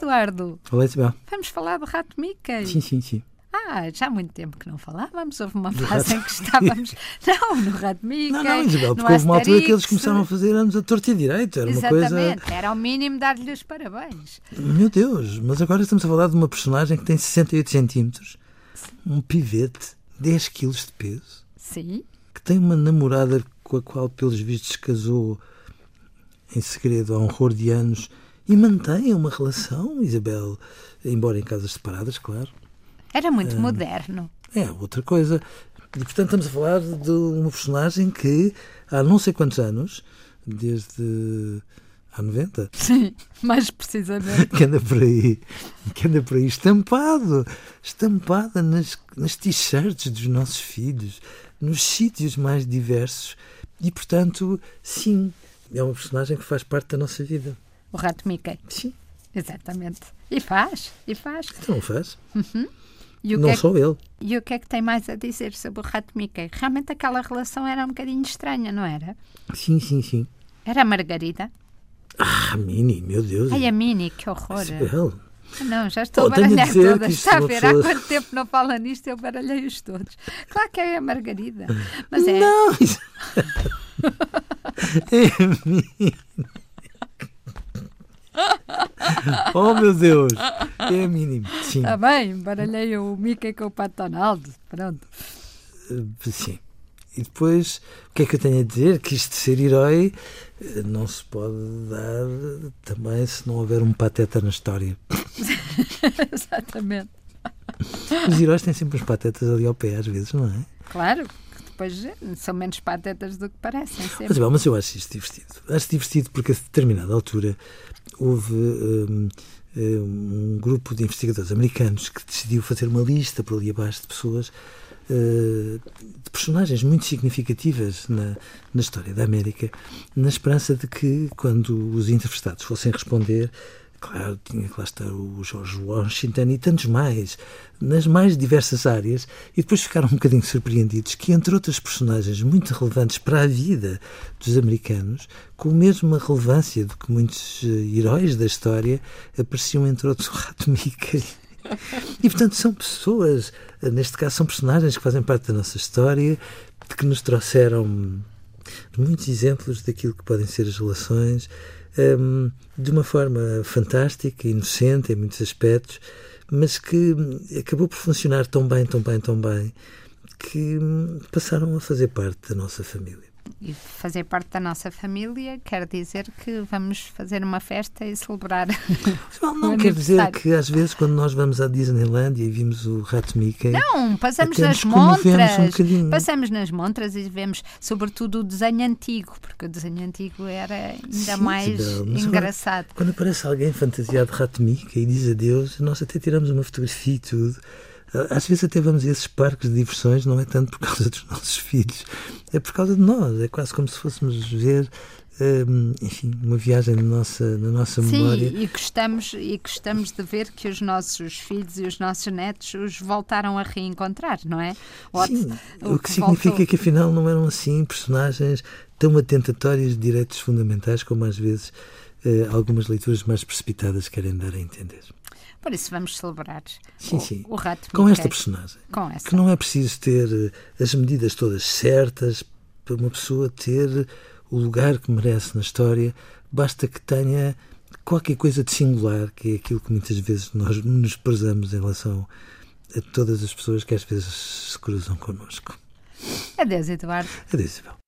Eduardo. Olá, Isabel. Vamos falar do Rato Mickey. Sim. Já há muito tempo que não falávamos. Houve uma fase em que estávamos... Não, no Rato Mickey. Não, Isabel, porque houve uma altura que eles começaram a fazer anos a torto e direito. Era Exatamente, uma coisa... era ao mínimo dar-lhe os parabéns. Meu Deus, mas agora estamos a falar de uma personagem que tem 68 centímetros, um pivete, 10 quilos de peso, Sim. que tem uma namorada com a qual, pelos vistos, casou em segredo há um horror de anos e mantém uma relação, Isabel, embora em casas separadas, claro. Era muito moderno. É, outra coisa. E, portanto, estamos a falar de uma personagem que há não sei quantos anos, desde há 90, Sim, mais precisamente. que anda por aí estampada nas t-shirts dos nossos filhos, nos sítios mais diversos. E, portanto, sim, é uma personagem que faz parte da nossa vida. O Rato Mickey. Sim. Exatamente. E faz. Então não faz. E Não só ele. E o que é que tem mais a dizer sobre o Rato Mickey? Realmente aquela relação era um bocadinho estranha, não era? Sim. Era a Margarida? A Minnie, meu Deus. Ai, a Minnie, que horror. Isabel. Não, já estou a tenho baralhar dizer todas. que isto Está é a uma ver? pessoa- Há quanto tempo não fala nisto, eu baralhei-os todos. Claro que é a Margarida. Mas é... Não, isso... é a Minnie. Oh, meu Deus. É a Minnie. Sim. Está bem, baralhei o Mickey com o Pato Donald. Pronto. Sim. E depois, o que é que eu tenho a dizer? Que isto de ser herói não se pode dar também se não houver um pateta na história. Exatamente. Os heróis têm sempre uns patetas ali ao pé, às vezes, não é? Claro, que depois são menos patetas do que parecem sempre. Mas eu acho isto divertido. Acho divertido porque a determinada altura houve um grupo de investigadores americanos que decidiu fazer uma lista por ali abaixo de pessoas, de personagens muito significativas na história da América, na esperança de que, quando os entrevistados fossem responder, claro, tinha que lá estar o George Washington e tantos mais, nas mais diversas áreas, e depois ficaram um bocadinho surpreendidos que, entre outras personagens muito relevantes para a vida dos americanos, com a mesma relevância do que muitos heróis da história, apareciam, entre outros, o Rato Mickey. E, portanto, são pessoas, neste caso, são personagens que fazem parte da nossa história, que nos trouxeram muitos exemplos daquilo que podem ser as relações, de uma forma fantástica, inocente em muitos aspectos, mas que acabou por funcionar tão bem, que passaram a fazer parte da nossa família. E fazer parte da nossa família quer dizer que vamos fazer uma festa e celebrar. Não quer dizer que às vezes quando nós vamos à Disneylandia e vimos o Rato Mickey... Não, passamos até nas nos comovemos montras. bocadinho. Passamos nas montras e vemos sobretudo o desenho antigo, porque o desenho antigo era ainda Sim, mais Isabel, mas engraçado. agora, quando aparece alguém fantasiado de Rato Mickey e diz adeus, nós até tiramos uma fotografia e tudo. Às vezes até vamos a esses parques de diversões, não é tanto por causa dos nossos filhos, é por causa de nós. É quase como se fôssemos ver, enfim, uma viagem na nossa memória. Sim, e gostamos de ver que os nossos filhos e os nossos netos os voltaram a reencontrar, não é? Sim, o que significa que afinal não eram assim personagens tão atentatórias de direitos fundamentais como às vezes algumas leituras mais precipitadas querem dar a entender. Por isso vamos celebrar o Rato Mickey. Com esta personagem. Com essa. Que não é preciso ter as medidas todas certas para uma pessoa ter o lugar que merece na história. Basta que tenha qualquer coisa de singular, que é aquilo que muitas vezes nós nos prezamos em relação a todas as pessoas que às vezes se cruzam connosco. Adeus, Eduardo. Adeus, Isabel.